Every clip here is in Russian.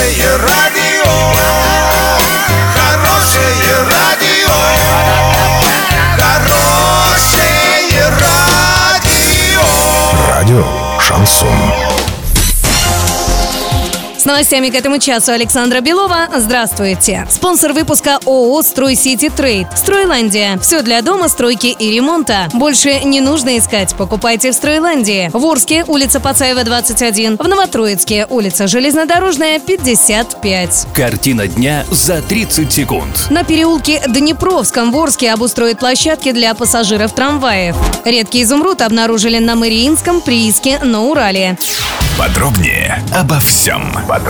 Хорошее радио, хорошее радио, хорошее радио. Радио «Шансон». С новостями к этому часу Александра Белова. Здравствуйте. Спонсор выпуска ООО «Стройсити Трейд». «Стройландия». Все для дома, стройки и ремонта. Больше не нужно искать. Покупайте в «Стройландии». В Орске, улица Пацаева, 21. В Новотроицке, улица Железнодорожная, 55. Картина дня за 30 секунд. На переулке Днепровском в Орске обустроят площадки для пассажиров трамваев. Редкий изумруд обнаружили на Мариинском прииске на Урале. Подробнее обо всем.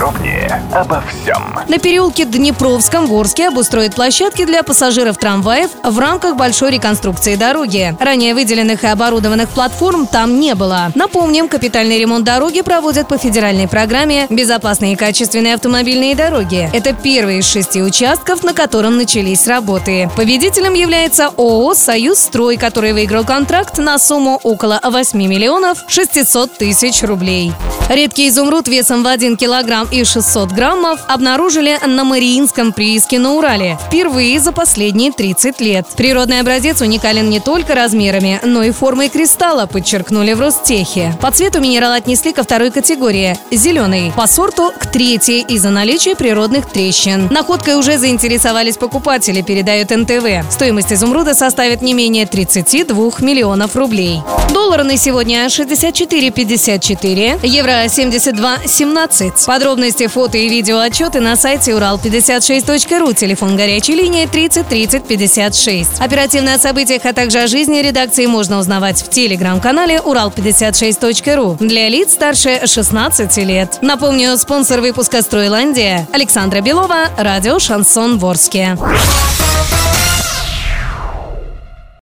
На переулке Днепровском в Орске обустроят площадки для пассажиров трамваев в рамках большой реконструкции дороги. Ранее выделенных и оборудованных платформ там не было. Напомним, капитальный ремонт дороги проводят по федеральной программе «Безопасные и качественные автомобильные дороги». Это первый из 6 участков, на котором начались работы. Победителем является ООО «Союзстрой», который выиграл контракт на сумму около 8 миллионов 600 тысяч рублей. Редкий изумруд весом в 1 килограмм и 600 граммов обнаружили на Мариинском прииске на Урале впервые за последние 30 лет. Природный образец уникален не только размерами, но и формой кристалла, подчеркнули в Ростехе. По цвету минерал отнесли ко второй категории – зеленый, по сорту – к третьей из-за наличия природных трещин. Находкой уже заинтересовались покупатели, передает НТВ. Стоимость изумруда составит не менее 32 миллионов рублей. Доллар на сегодня 64,54, евро 72,17. Подробности, фото и видео отчеты на сайте урал56.ру. Телефон горячей линии 30 30 56. Оперативно о событиях, а также о жизни редакции можно узнавать в телеграм-канале урал56.ру для лиц старше 16 лет. Напомню, спонсор выпуска «Стройландия». Александра Белова, радио «Шансон» в Орске.